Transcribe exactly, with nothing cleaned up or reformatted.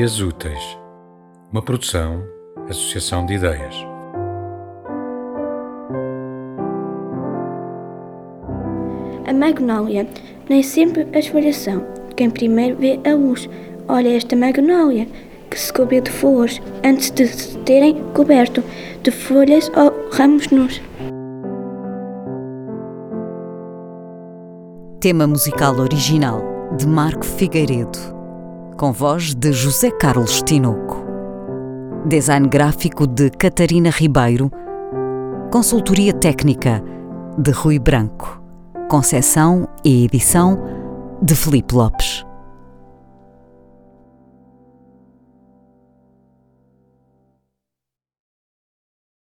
Magnólias Úteis, uma produção, associação de ideias. A magnólia nem sempre a esfoliação. Quem primeiro vê a luz, olha esta magnólia, que se cobriu de flores, antes de se terem coberto de folhas ou ramos nus. Tema musical original de Marco Figueiredo, com voz de José Carlos Tinoco. Design gráfico de Catarina Ribeiro. Consultoria técnica de Rui Branco. Conceção e edição de Filipe Lopes.